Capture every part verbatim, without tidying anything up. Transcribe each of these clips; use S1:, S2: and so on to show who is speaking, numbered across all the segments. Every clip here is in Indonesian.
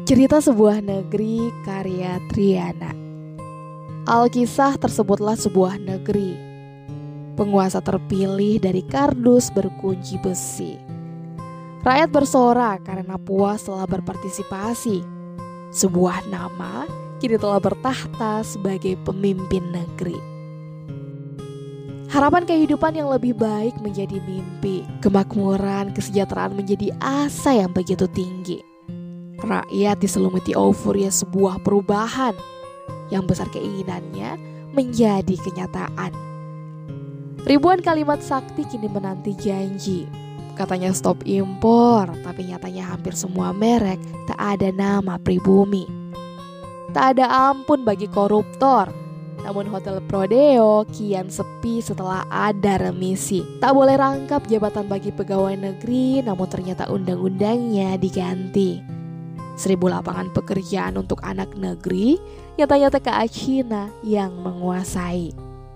S1: Cerita sebuah negeri karya Triana. Alkisah tersebutlah sebuah negeri. Penguasa terpilih dari kardus berkunci besi. Rakyat bersorak karena puas telah berpartisipasi. Sebuah nama kini telah bertahta sebagai pemimpin negeri. Harapan kehidupan yang lebih baik menjadi mimpi. Kemakmuran, kesejahteraan menjadi asa yang begitu tinggi. Rakyat diselumuti euforia sebuah perubahan yang besar keinginannya menjadi kenyataan. Ribuan kalimat sakti kini menanti janji. Katanya stop impor, tapi nyatanya hampir semua merek tak ada nama pribumi. Tak ada ampun bagi koruptor. Namun hotel Prodeo kian sepi setelah ada remisi. Tak boleh rangkap jabatan bagi pegawai negeri, namun ternyata undang-undangnya diganti. Seribu lapangan pekerjaan untuk anak negeri, nyatanya T K A Cina yang menguasai.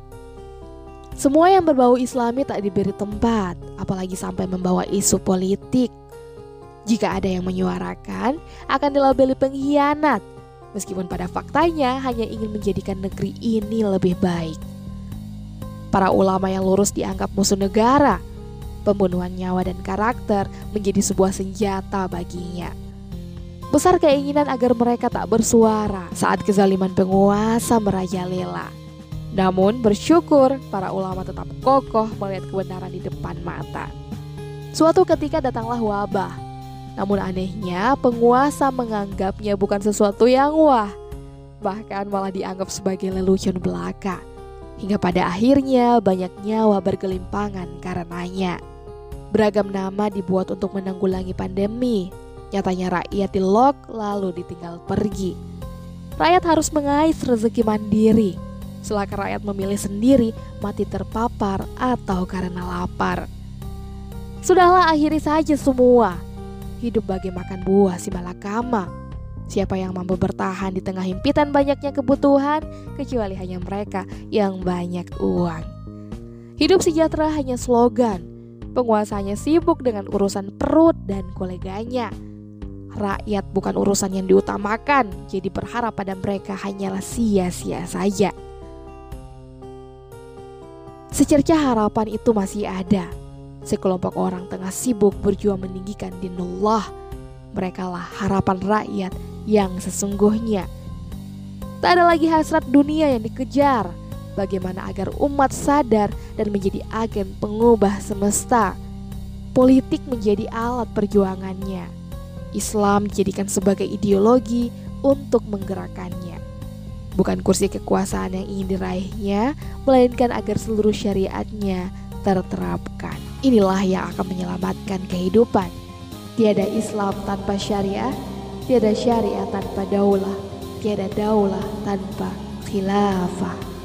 S1: Semua yang berbau Islami tak diberi tempat, apalagi sampai membawa isu politik. Jika ada yang menyuarakan, akan dilabeli pengkhianat, meskipun pada faktanya hanya ingin menjadikan negeri ini lebih baik. Para ulama yang lurus dianggap musuh negara. Pembunuhan nyawa dan karakter menjadi sebuah senjata baginya. Besar keinginan agar mereka tak bersuara saat kezaliman penguasa merajalela. Namun bersyukur para ulama tetap kokoh melihat kebenaran di depan mata. Suatu ketika datanglah wabah. Namun anehnya penguasa menganggapnya bukan sesuatu yang wah. Bahkan malah dianggap sebagai lelucon belaka. Hingga pada akhirnya banyak nyawa bergelimpangan karenanya. Beragam nama dibuat untuk menanggulangi pandemi. Nyatanya rakyat dilok lalu ditinggal pergi. Rakyat harus mengais rezeki mandiri. Selaka rakyat memilih sendiri mati terpapar atau karena lapar. Sudahlah, akhiri saja semua. Hidup bagai makan buah si malakama. Siapa yang mampu bertahan di tengah himpitan banyaknya kebutuhan, kecuali hanya mereka yang banyak uang. Hidup sejahtera hanya slogan. Penguasanya sibuk dengan urusan perut dan koleganya. Rakyat bukan urusan yang diutamakan, jadi berharap pada mereka hanyalah sia-sia saja. Secerca harapan itu masih ada. Sekelompok orang tengah sibuk berjuang meninggikan dinullah. Merekalah harapan rakyat yang sesungguhnya. Tak ada lagi hasrat dunia yang dikejar. Bagaimana agar umat sadar dan menjadi agen pengubah semesta. Politik menjadi alat perjuangannya. Islam dijadikan sebagai ideologi untuk menggerakkannya. Bukan kursi kekuasaan yang ingin diraihnya, melainkan agar seluruh syariatnya terterapkan. Inilah yang akan menyelamatkan kehidupan. Tiada Islam tanpa syariah, tiada syariah tanpa daulah, tiada daulah tanpa khilafah.